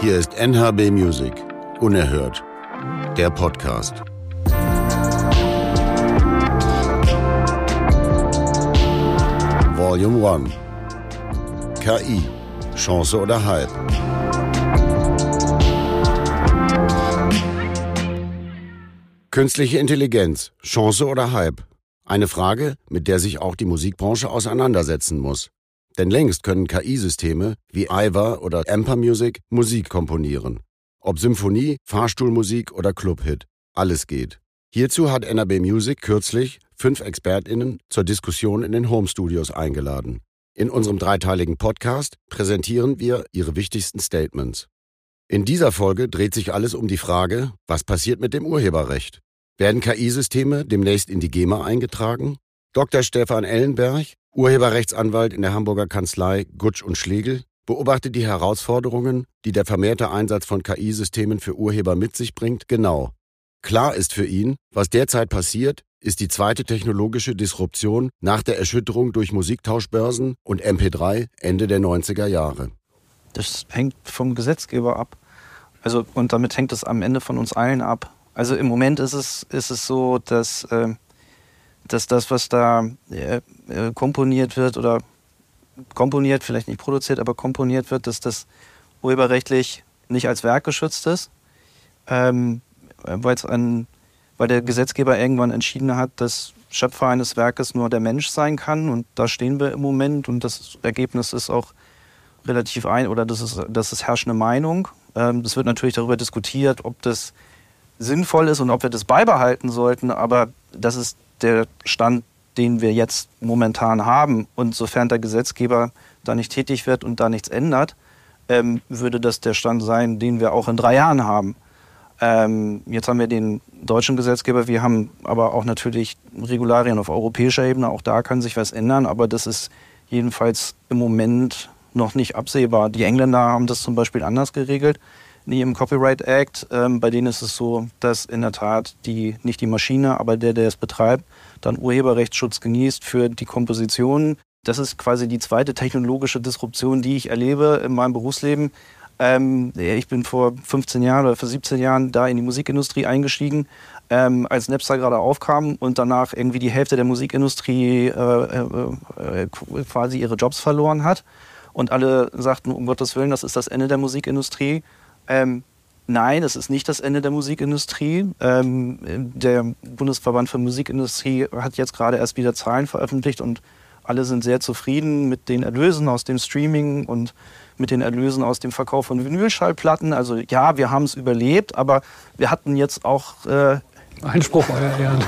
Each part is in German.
Hier ist NHB Music, unerhört, der Podcast. Volume 1. KI, Chance oder Hype? Künstliche Intelligenz, Chance oder Hype? Eine Frage, mit der sich auch die Musikbranche auseinandersetzen muss. Denn längst können KI-Systeme wie Aiva oder Amper Music Musik komponieren. Ob Symphonie, Fahrstuhlmusik oder Clubhit, alles geht. Hierzu hat NHB Music kürzlich 5 ExpertInnen zur Diskussion in den Home-Studios eingeladen. In unserem 3-teiligen Podcast präsentieren wir ihre wichtigsten Statements. In dieser Folge dreht sich alles um die Frage, was passiert mit dem Urheberrecht? Werden KI-Systeme demnächst in die GEMA eingetragen? Dr. Stefan Ellenberg, Urheberrechtsanwalt in der Hamburger Kanzlei Gutsch und Schlegel, beobachtet die Herausforderungen, die der vermehrte Einsatz von KI-Systemen für Urheber mit sich bringt, genau. Klar ist für ihn, was derzeit passiert, ist die zweite technologische Disruption nach der Erschütterung durch Musiktauschbörsen und MP3 Ende der 90er Jahre. Das hängt vom Gesetzgeber ab. Und damit hängt es am Ende von uns allen ab. Also im Moment ist es so, dass das, was da komponiert wird oder komponiert, vielleicht nicht produziert, aber komponiert wird, dass das urheberrechtlich nicht als Werk geschützt ist, weil der Gesetzgeber irgendwann entschieden hat, dass Schöpfer eines Werkes nur der Mensch sein kann, und da stehen wir im Moment, und das Ergebnis ist auch relativ das ist herrschende Meinung. Es wird natürlich darüber diskutiert, ob das sinnvoll ist und ob wir das beibehalten sollten, aber das ist der Stand, den wir jetzt momentan haben. Und sofern der Gesetzgeber da nicht tätig wird und da nichts ändert, würde das der Stand sein, den wir auch in 3 Jahren haben. Jetzt haben wir den deutschen Gesetzgeber, wir haben aber auch natürlich Regularien auf europäischer Ebene, auch da kann sich was ändern, aber das ist jedenfalls im Moment noch nicht absehbar. Die Engländer haben das zum Beispiel anders geregelt, nie im Copyright Act. Bei denen ist es so, dass in der Tat nicht die Maschine, aber der es betreibt, dann Urheberrechtsschutz genießt für die Komposition. Das ist quasi die zweite technologische Disruption, die ich erlebe in meinem Berufsleben. Ich bin vor 15 Jahren oder vor 17 Jahren da in die Musikindustrie eingestiegen, als Napster gerade aufkam und danach irgendwie die Hälfte der Musikindustrie quasi ihre Jobs verloren hat. Und alle sagten, um Gottes Willen, das ist das Ende der Musikindustrie. Nein, es ist nicht das Ende der Musikindustrie. Der Bundesverband für Musikindustrie hat jetzt gerade erst wieder Zahlen veröffentlicht und alle sind sehr zufrieden mit den Erlösen aus dem Streaming und mit den Erlösen aus dem Verkauf von Vinylschallplatten. Also ja, wir haben es überlebt, aber wir hatten jetzt auch... Einspruch, euer Ehren.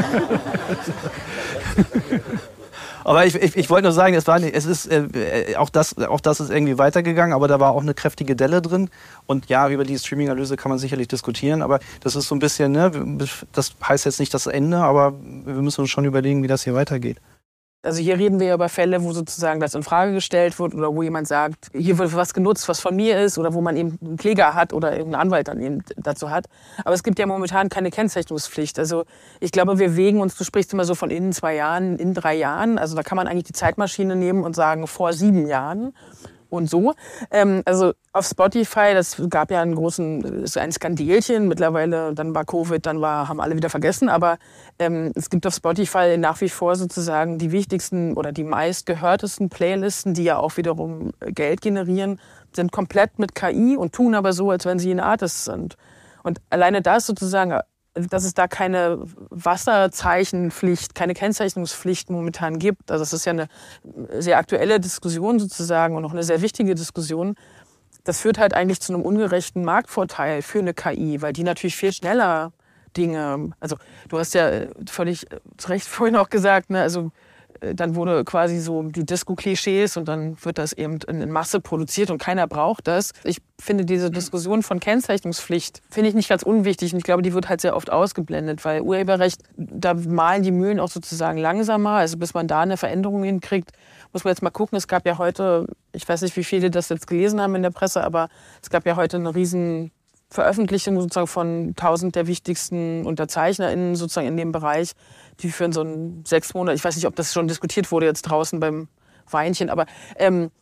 Aber ich wollte nur sagen, auch das ist irgendwie weitergegangen, aber da war auch eine kräftige Delle drin. Und ja, über die Streaming-Erlöse kann man sicherlich diskutieren, aber das ist so ein bisschen, das heißt jetzt nicht das Ende, aber wir müssen uns schon überlegen, wie das hier weitergeht. Also hier reden wir über Fälle, wo sozusagen das in Frage gestellt wird oder wo jemand sagt, hier wird was genutzt, was von mir ist, oder wo man eben einen Kläger hat oder irgendeinen Anwalt dann eben dazu hat. Aber es gibt ja momentan keine Kennzeichnungspflicht. Also ich glaube, wir wägen uns, du sprichst immer so von in 2 Jahren, in 3 Jahren. Also da kann man eigentlich die Zeitmaschine nehmen und sagen, vor 7 Jahren. Und so. Also auf Spotify, das gab ja ein Skandelchen. Mittlerweile, dann war Covid, haben alle wieder vergessen. Aber es gibt auf Spotify nach wie vor sozusagen die wichtigsten oder die meistgehörtesten Playlisten, die ja auch wiederum Geld generieren, sind komplett mit KI und tun aber so, als wenn sie ein Artist sind. Und alleine das sozusagen, dass es da keine Wasserzeichenpflicht, keine Kennzeichnungspflicht momentan gibt. Also das ist ja eine sehr aktuelle Diskussion sozusagen und auch eine sehr wichtige Diskussion. Das führt halt eigentlich zu einem ungerechten Marktvorteil für eine KI, weil die natürlich viel schneller Dinge, also du hast ja völlig zu Recht vorhin auch gesagt, ne, also dann wurde quasi so die Disco-Klischees und dann wird das eben in Masse produziert und keiner braucht das. Ich finde diese Diskussion von Kennzeichnungspflicht, finde ich nicht ganz unwichtig, und ich glaube, die wird halt sehr oft ausgeblendet, weil Urheberrecht, da malen die Mühlen auch sozusagen langsamer, also bis man da eine Veränderung hinkriegt, muss man jetzt mal gucken. Es gab ja heute, ich weiß nicht, wie viele das jetzt gelesen haben in der Presse, aber es gab ja heute eine riesen Veröffentlichung sozusagen von 1000 der wichtigsten UnterzeichnerInnen sozusagen in dem Bereich, die für so einen 6 Monate, ich weiß nicht, ob das schon diskutiert wurde jetzt draußen beim Weinchen, aber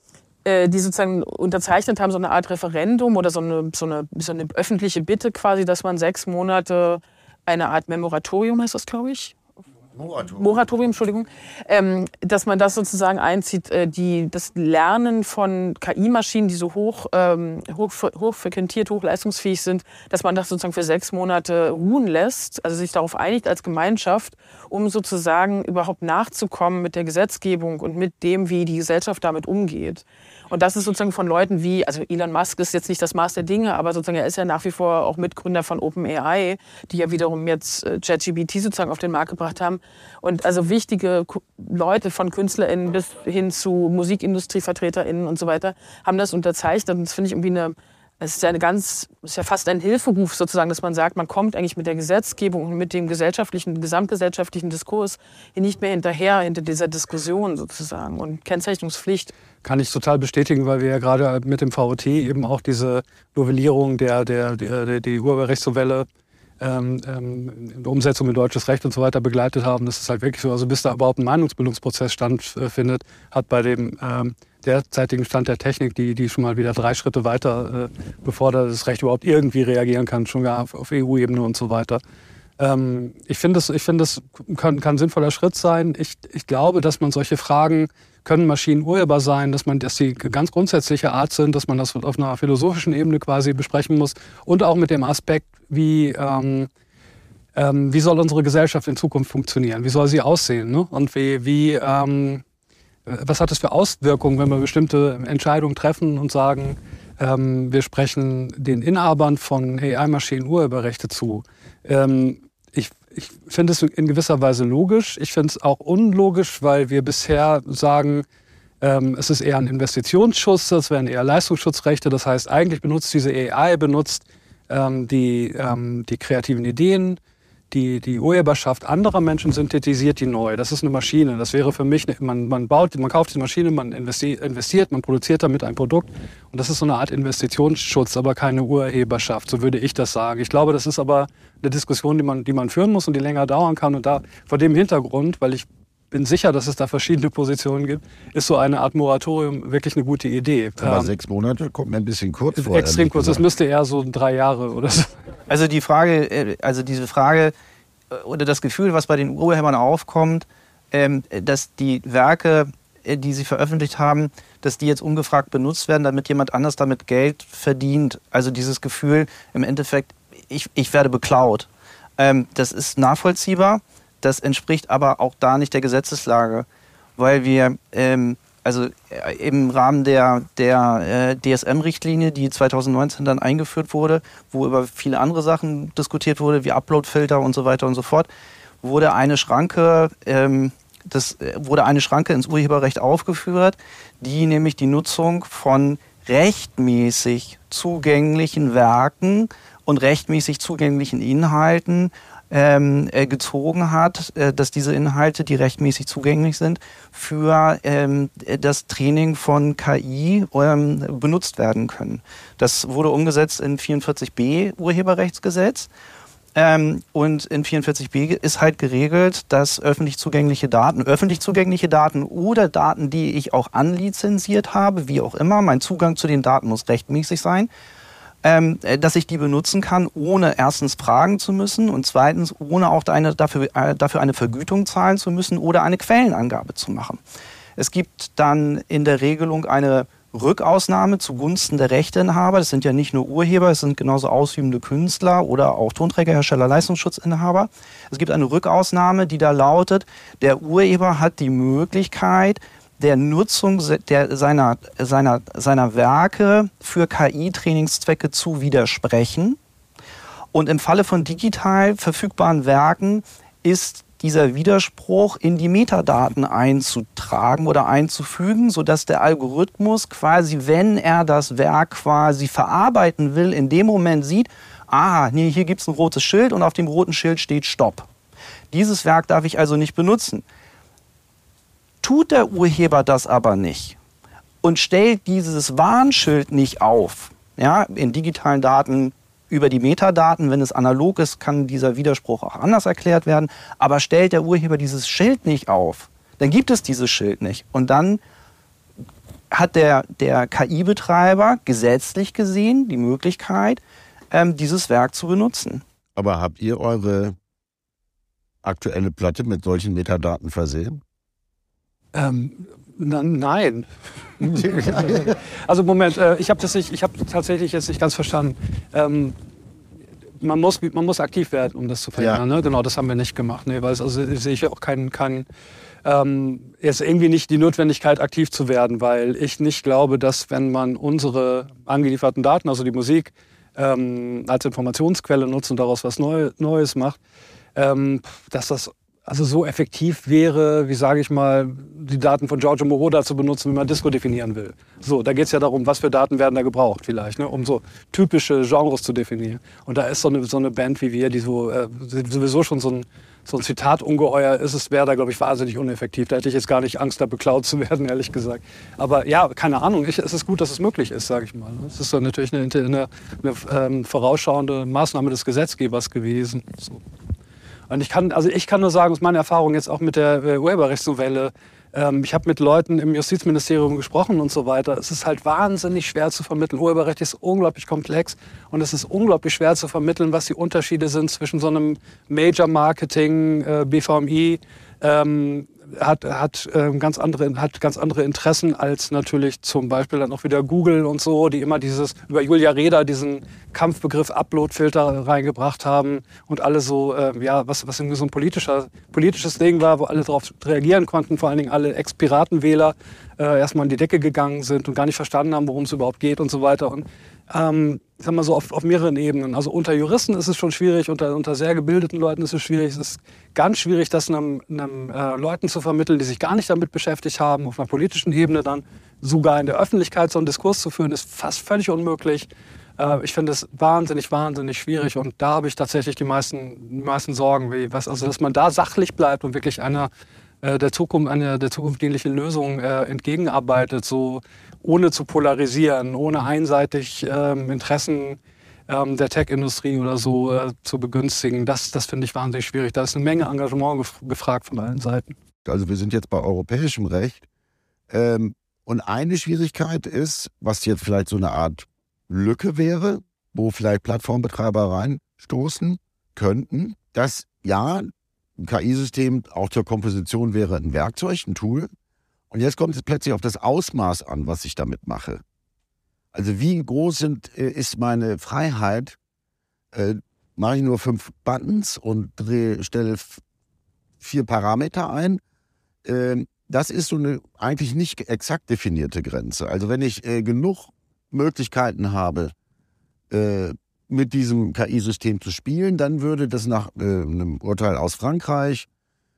die sozusagen unterzeichnet haben, so eine Art Referendum oder so eine öffentliche Bitte quasi, dass man 6 Monate eine Art Moratorium, heißt das, glaube ich? Moratorium, Entschuldigung, dass man das sozusagen einzieht, das Lernen von KI-Maschinen, die so hochfrequentiert, hochleistungsfähig sind, dass man das sozusagen für 6 Monate ruhen lässt, also sich darauf einigt als Gemeinschaft, um sozusagen überhaupt nachzukommen mit der Gesetzgebung und mit dem, wie die Gesellschaft damit umgeht. Und das ist sozusagen von Leuten wie, also Elon Musk ist jetzt nicht das Maß der Dinge, aber sozusagen er ist ja nach wie vor auch Mitgründer von OpenAI, die ja wiederum jetzt ChatGPT sozusagen auf den Markt gebracht haben. Und also wichtige Leute von KünstlerInnen bis hin zu MusikindustrievertreterInnen und so weiter haben das unterzeichnet. Und das finde ich irgendwie es ist ja fast ein Hilferuf sozusagen, dass man sagt, man kommt eigentlich mit der Gesetzgebung und mit dem gesamtgesellschaftlichen Diskurs hier nicht mehr hinter dieser Diskussion sozusagen und Kennzeichnungspflicht. Kann ich total bestätigen, weil wir ja gerade mit dem VOT eben auch diese Novellierung der Urheberrechtsnovelle in der Umsetzung in deutsches Recht und so weiter begleitet haben. Das ist halt wirklich so, also bis da überhaupt ein Meinungsbildungsprozess stattfindet, hat bei dem derzeitigen Stand der Technik, die schon mal wieder 3 Schritte weiter, bevor das Recht überhaupt irgendwie reagieren kann, schon gar auf EU-Ebene und so weiter. Ich finde, das kann ein sinnvoller Schritt sein. Ich glaube, dass man solche Fragen, können Maschinen urheberbar sein, dass die ganz grundsätzliche Art sind, dass man das auf einer philosophischen Ebene quasi besprechen muss und auch mit dem Aspekt, wie soll unsere Gesellschaft in Zukunft funktionieren, wie soll sie aussehen, ne? Und was hat es für Auswirkungen, wenn wir bestimmte Entscheidungen treffen und sagen, wir sprechen den Inhabern von AI-Maschinen Urheberrechte zu. Ich finde es in gewisser Weise logisch. Ich finde es auch unlogisch, weil wir bisher sagen, es ist eher ein Investitionsschutz, das wären eher Leistungsschutzrechte. Das heißt, eigentlich benutzt diese AI die kreativen Ideen, die Urheberschaft anderer Menschen, synthetisiert die neu. Das ist eine Maschine. Das wäre für mich, man kauft die Maschine, man investiert, man produziert damit ein Produkt. Und das ist so eine Art Investitionsschutz, aber keine Urheberschaft. So würde ich das sagen. Ich glaube, das ist aber eine Diskussion, die man führen muss und die länger dauern kann. Und da vor dem Hintergrund, weil ich bin sicher, dass es da verschiedene Positionen gibt, ist so eine Art Moratorium wirklich eine gute Idee. Aber 6 Monate kommt mir ein bisschen kurz vor. Extrem kurz. Das müsste eher so 3 Jahre oder so. Also diese Frage oder das Gefühl, was bei den Urhebern aufkommt, dass die Werke, die sie veröffentlicht haben, dass die jetzt ungefragt benutzt werden, damit jemand anders damit Geld verdient. Also dieses Gefühl, im Endeffekt, ich werde beklaut. Das ist nachvollziehbar. Das entspricht aber auch da nicht der Gesetzeslage, weil wir im Rahmen der DSM-Richtlinie, die 2019 dann eingeführt wurde, wo über viele andere Sachen diskutiert wurde, wie Uploadfilter und so weiter und so fort, wurde eine Schranke ins Urheberrecht aufgeführt, die nämlich die Nutzung von rechtmäßig zugänglichen Werken und rechtmäßig zugänglichen Inhalten gezogen hat, dass diese Inhalte, die rechtmäßig zugänglich sind, für das Training von KI benutzt werden können. Das wurde umgesetzt in 44b Urheberrechtsgesetz. Und in 44b ist halt geregelt, dass öffentlich zugängliche Daten oder Daten, die ich auch anlizenziert habe, wie auch immer, mein Zugang zu den Daten muss rechtmäßig sein, dass ich die benutzen kann, ohne erstens fragen zu müssen und zweitens ohne auch dafür eine Vergütung zahlen zu müssen oder eine Quellenangabe zu machen. Es gibt dann in der Regelung eine Rückausnahme zugunsten der Rechteinhaber. Das sind ja nicht nur Urheber, es sind genauso ausübende Künstler oder auch Tonträgerhersteller, Leistungsschutzinhaber. Es gibt eine Rückausnahme, die da lautet, der Urheber hat die Möglichkeit, der Nutzung seiner Werke für KI-Trainingszwecke zu widersprechen. Und im Falle von digital verfügbaren Werken ist dieser Widerspruch in die Metadaten einzutragen oder einzufügen, sodass der Algorithmus quasi, wenn er das Werk quasi verarbeiten will, in dem Moment sieht, aha, nee, hier gibt es ein rotes Schild und auf dem roten Schild steht Stopp. Dieses Werk darf ich also nicht benutzen. Tut der Urheber das aber nicht und stellt dieses Warnschild nicht auf, ja, in digitalen Daten über die Metadaten, wenn es analog ist, kann dieser Widerspruch auch anders erklärt werden, aber stellt der Urheber dieses Schild nicht auf, dann gibt es dieses Schild nicht und dann hat der KI-Betreiber gesetzlich gesehen die Möglichkeit, dieses Werk zu benutzen. Aber habt ihr eure aktuelle Platte mit solchen Metadaten versehen? Nein. Also Moment, ich habe tatsächlich jetzt nicht ganz verstanden. Man muss aktiv werden, um das zu verhindern. Ja. Ne? Genau, das haben wir nicht gemacht. Nee, weil sehe ich auch jetzt irgendwie nicht die Notwendigkeit, aktiv zu werden, weil ich nicht glaube, dass wenn man unsere angelieferten Daten, also die Musik, als Informationsquelle nutzt und daraus was Neues macht, dass das also so effektiv wäre, wie sage ich mal, die Daten von Giorgio Moroder zu benutzen, wie man Disco definieren will. So, da geht es ja darum, was für Daten werden da gebraucht vielleicht, ne, um so typische Genres zu definieren. Und da ist so eine Band wie wir, die sowieso schon so ein Zitatungeheuer ist, es wäre da, glaube ich, wahnsinnig uneffektiv. Da hätte ich jetzt gar nicht Angst, da beklaut zu werden, ehrlich gesagt. Aber ja, keine Ahnung, es ist gut, dass es möglich ist, sage ich mal. Es ist dann natürlich eine vorausschauende Maßnahme des Gesetzgebers gewesen. So. Und ich kann nur sagen, aus meiner Erfahrung jetzt auch mit der Urheberrechtsnovelle, ich habe mit Leuten im Justizministerium gesprochen und so weiter. Es ist halt wahnsinnig schwer zu vermitteln. Urheberrecht ist unglaublich komplex und es ist unglaublich schwer zu vermitteln, was die Unterschiede sind zwischen so einem Major-Marketing, BVMI, hat ganz andere Interessen als natürlich zum Beispiel dann auch wieder Google und so, die immer über Julia Reda diesen Kampfbegriff Upload-Filter reingebracht haben und alle so, was irgendwie so ein politisches Ding war, wo alle darauf reagieren konnten, vor allen Dingen alle Ex-Piratenwähler erstmal in die Decke gegangen sind und gar nicht verstanden haben, worum es überhaupt geht und so weiter. Und sagen wir so auf mehreren Ebenen. Also unter Juristen ist es schon schwierig, unter sehr gebildeten Leuten ist es schwierig. Es ist ganz schwierig, das einem Leuten zu vermitteln, die sich gar nicht damit beschäftigt haben. Auf einer politischen Ebene dann sogar in der Öffentlichkeit so einen Diskurs zu führen, ist fast völlig unmöglich. Ich finde es wahnsinnig, wahnsinnig schwierig und da habe ich tatsächlich die meisten Sorgen, also dass man da sachlich bleibt und wirklich einer der Zukunft dienlichen Lösung entgegenarbeitet, so ohne zu polarisieren, ohne einseitig Interessen der Tech-Industrie oder so zu begünstigen. Das finde ich wahnsinnig schwierig. Da ist eine Menge Engagement gefragt von allen Seiten. Also wir sind jetzt bei europäischem Recht. Und eine Schwierigkeit ist, was jetzt vielleicht so eine Art Lücke wäre, wo vielleicht Plattformbetreiber reinstoßen könnten, dass ja, ein KI-System auch zur Komposition wäre ein Werkzeug, ein Tool. Und jetzt kommt es plötzlich auf das Ausmaß an, was ich damit mache. Also wie groß ist meine Freiheit? Mache ich nur 5 Buttons und stelle 4 Parameter ein? Das ist so eine eigentlich nicht exakt definierte Grenze. Also wenn ich genug Möglichkeiten habe, mit diesem KI-System zu spielen, dann würde das nach einem Urteil aus Frankreich,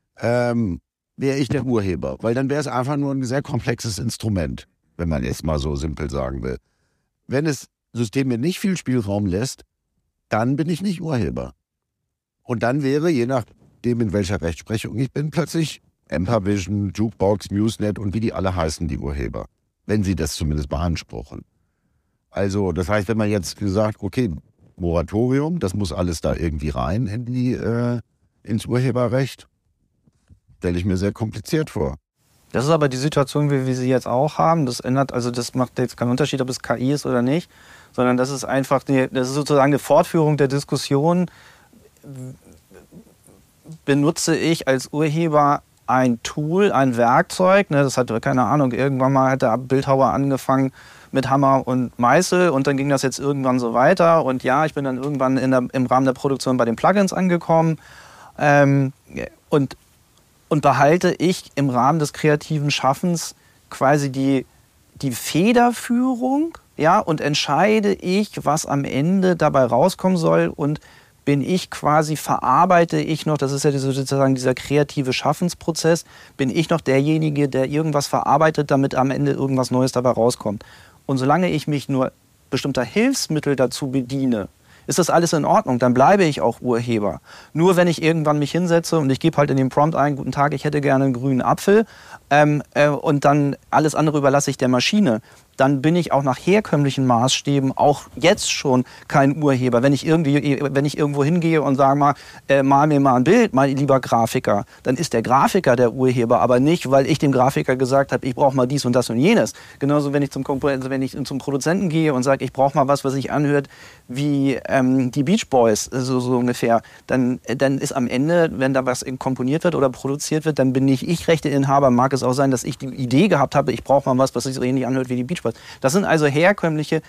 wäre ich der Urheber. Weil dann wäre es einfach nur ein sehr komplexes Instrument, wenn man es mal so simpel sagen will. Wenn das System mir nicht viel Spielraum lässt, dann bin ich nicht Urheber. Und dann wäre, je nachdem in welcher Rechtsprechung ich bin, plötzlich Empervision, Jukebox, MuseNet und wie die alle heißen, die Urheber. Wenn sie das zumindest beanspruchen. Also das heißt, wenn man jetzt sagt, okay, Moratorium, das muss alles da irgendwie rein ins Urheberrecht, stelle ich mir sehr kompliziert vor. Das ist aber die Situation, wie wir sie jetzt auch haben. Das macht jetzt keinen Unterschied, ob es KI ist oder nicht, sondern das ist einfach, das ist sozusagen eine Fortführung der Diskussion. Benutze ich als Urheber ein Tool, ein Werkzeug, ne, das hat, keine Ahnung, irgendwann mal hat der Bildhauer angefangen mit Hammer und Meißel und dann ging das jetzt irgendwann so weiter und ja, ich bin dann irgendwann im Rahmen der Produktion bei den Plugins angekommen und behalte ich im Rahmen des kreativen Schaffens quasi die Federführung, ja, und entscheide ich, was am Ende dabei rauskommen soll und verarbeite ich noch, das ist ja sozusagen dieser kreative Schaffensprozess, bin ich noch derjenige, der irgendwas verarbeitet, damit am Ende irgendwas Neues dabei rauskommt. Und solange ich mich nur bestimmter Hilfsmittel dazu bediene, ist das alles in Ordnung, dann bleibe ich auch Urheber. Nur wenn ich irgendwann mich hinsetze und ich gebe halt in den Prompt ein, guten Tag, ich hätte gerne einen grünen Apfel und dann alles andere überlasse ich der Maschine, dann bin ich auch nach herkömmlichen Maßstäben auch jetzt schon kein Urheber. Wenn ich irgendwo hingehe und sage mal, mal mir mal ein Bild, mein lieber Grafiker, dann ist der Grafiker der Urheber, aber nicht, weil ich dem Grafiker gesagt habe, ich brauche mal dies und das und jenes. Genauso, wenn ich zum Produzenten gehe und sage, ich brauche mal was sich anhört wie die Beach Boys, so ungefähr, dann ist am Ende, wenn da was komponiert wird oder produziert wird, dann bin nicht ich Rechteinhaber. Mag es auch sein, dass ich die Idee gehabt habe, ich brauche mal was sich so ähnlich anhört wie die Beach Boys. Das sind also herkömmliche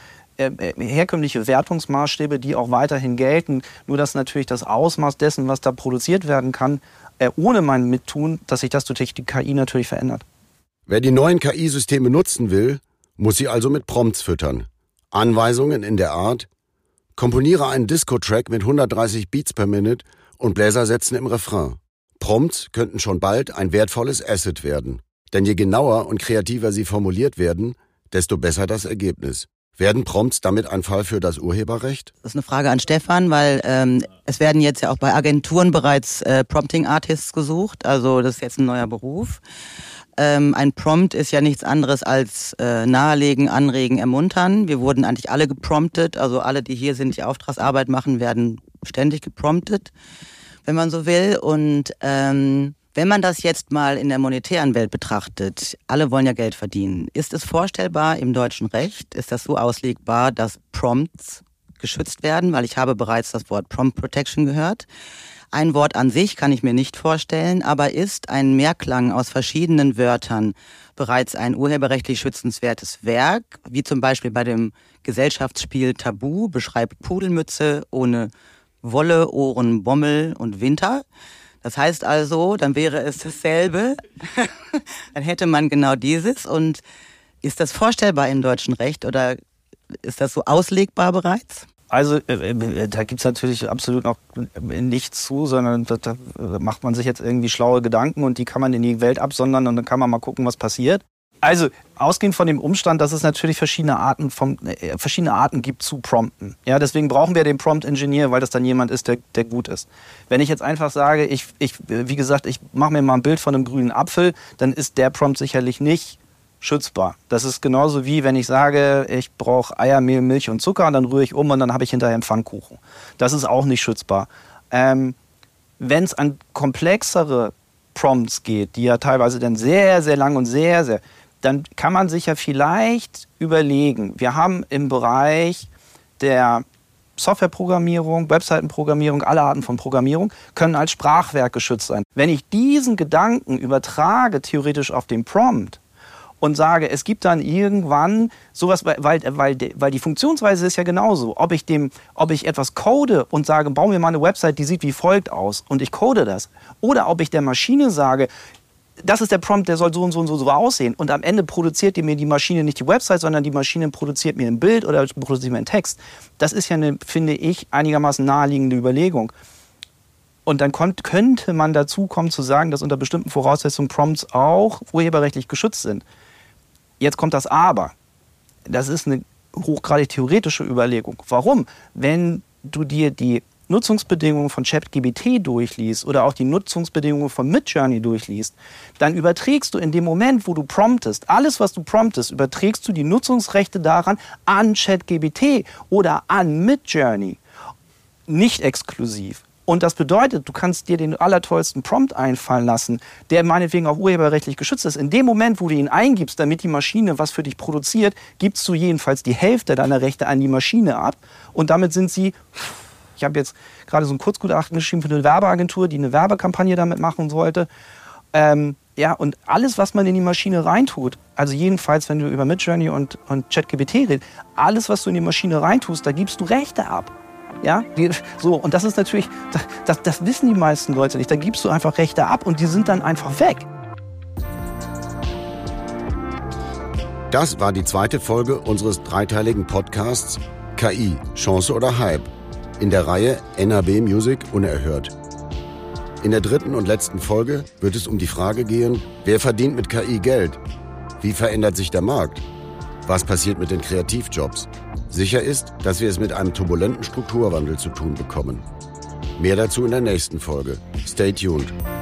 Wertungsmaßstäbe, die auch weiterhin gelten. Nur dass natürlich das Ausmaß dessen, was da produziert werden kann, ohne mein Mittun, dass sich das durch die KI natürlich verändert. Wer die neuen KI-Systeme nutzen will, muss sie also mit Prompts füttern. Anweisungen in der Art: Komponiere einen Disco-Track mit 130 Beats per Minute und Bläsersätzen im Refrain. Prompts könnten schon bald ein wertvolles Asset werden. Denn je genauer und kreativer sie formuliert werden, desto besser das Ergebnis. Werden Prompts damit ein Fall für das Urheberrecht? Das ist eine Frage an Stefan, weil es werden jetzt ja auch bei Agenturen bereits Prompting Artists gesucht. Also das ist jetzt ein neuer Beruf. Ein Prompt ist ja nichts anderes als nahelegen, anregen, ermuntern. Wir wurden eigentlich alle gepromptet. Also alle, die hier sind, die Auftragsarbeit machen, werden ständig gepromptet, wenn man so will. Und wenn man das jetzt mal in der monetären Welt betrachtet, alle wollen ja Geld verdienen. Ist es vorstellbar im deutschen Recht, ist das so auslegbar, dass Prompts geschützt werden? Weil ich habe bereits das Wort Prompt Protection gehört. Ein Wort an sich kann ich mir nicht vorstellen, aber ist ein Mehrklang aus verschiedenen Wörtern bereits ein urheberrechtlich schützenswertes Werk, wie zum Beispiel bei dem Gesellschaftsspiel Tabu, beschreibt Pudelmütze ohne Wolle, Ohren, Bommel und Winter. Das heißt also, dann wäre es dasselbe, dann hätte man genau dieses. Und ist das vorstellbar im deutschen Recht oder ist das so auslegbar bereits? Also da gibt es natürlich absolut noch nichts zu, sondern da macht man sich jetzt irgendwie schlaue Gedanken und die kann man in die Welt absondern und dann kann man mal gucken, was passiert. Also ausgehend von dem Umstand, dass es natürlich verschiedene Arten gibt zu prompten. Ja, deswegen brauchen wir den Prompt-Engineer, weil das dann jemand ist, der gut ist. Wenn ich jetzt einfach sage, wie gesagt, ich mache mir mal ein Bild von einem grünen Apfel, dann ist der Prompt sicherlich nicht schützbar. Das ist genauso wie, wenn ich sage, ich brauche Eier, Mehl, Milch und Zucker und dann rühre ich um und dann habe ich hinterher einen Pfannkuchen. Das ist auch nicht schützbar. Wenn es an komplexere Prompts geht, die ja teilweise dann sehr, sehr lang und sehr, sehr, dann kann man sich ja vielleicht überlegen, wir haben im Bereich der Softwareprogrammierung, Webseitenprogrammierung, alle Arten von Programmierung können als Sprachwerk geschützt sein. Wenn ich diesen Gedanken übertrage, theoretisch auf den Prompt, und sage, es gibt dann irgendwann sowas, weil die Funktionsweise ist ja genauso. Ob ich etwas code und sage, bau mir mal eine Website, die sieht wie folgt aus und ich code das. Oder ob ich der Maschine sage, das ist der Prompt, der soll so und so und so aussehen. Und am Ende produziert mir die Maschine nicht die Website, sondern die Maschine produziert mir ein Bild oder produziert mir einen Text. Das ist ja eine, finde ich, einigermaßen naheliegende Überlegung. Und dann könnte man dazu kommen zu sagen, dass unter bestimmten Voraussetzungen Prompts auch urheberrechtlich geschützt sind. Jetzt kommt das Aber. Das ist eine hochgradig theoretische Überlegung. Warum? Wenn du dir die Nutzungsbedingungen von ChatGPT durchliest oder auch die Nutzungsbedingungen von Midjourney durchliest, dann überträgst du in dem Moment, wo du promptest, alles, was du promptest, überträgst du die Nutzungsrechte daran an ChatGPT oder an Midjourney. Nicht exklusiv. Und das bedeutet, du kannst dir den allertollsten Prompt einfallen lassen, der meinetwegen auch urheberrechtlich geschützt ist. In dem Moment, wo du ihn eingibst, damit die Maschine was für dich produziert, gibst du jedenfalls die Hälfte deiner Rechte an die Maschine ab. Und damit sind sie, ich habe jetzt gerade so ein Kurzgutachten geschrieben für eine Werbeagentur, die eine Werbekampagne damit machen sollte. Ja, und alles, was man in die Maschine reintut, also jedenfalls, wenn du über Midjourney und ChatGPT redest, alles, was du in die Maschine reintust, da gibst du Rechte ab. Ja, so, und das ist natürlich, das wissen die meisten Leute nicht. Da gibst du einfach Rechte ab und die sind dann einfach weg. Das war die zweite Folge unseres dreiteiligen Podcasts KI, Chance oder Hype in der Reihe NAB Music unerhört. In der dritten und letzten Folge wird es um die Frage gehen, wer verdient mit KI Geld? Wie verändert sich der Markt? Was passiert mit den Kreativjobs? Sicher ist, dass wir es mit einem turbulenten Strukturwandel zu tun bekommen. Mehr dazu in der nächsten Folge. Stay tuned.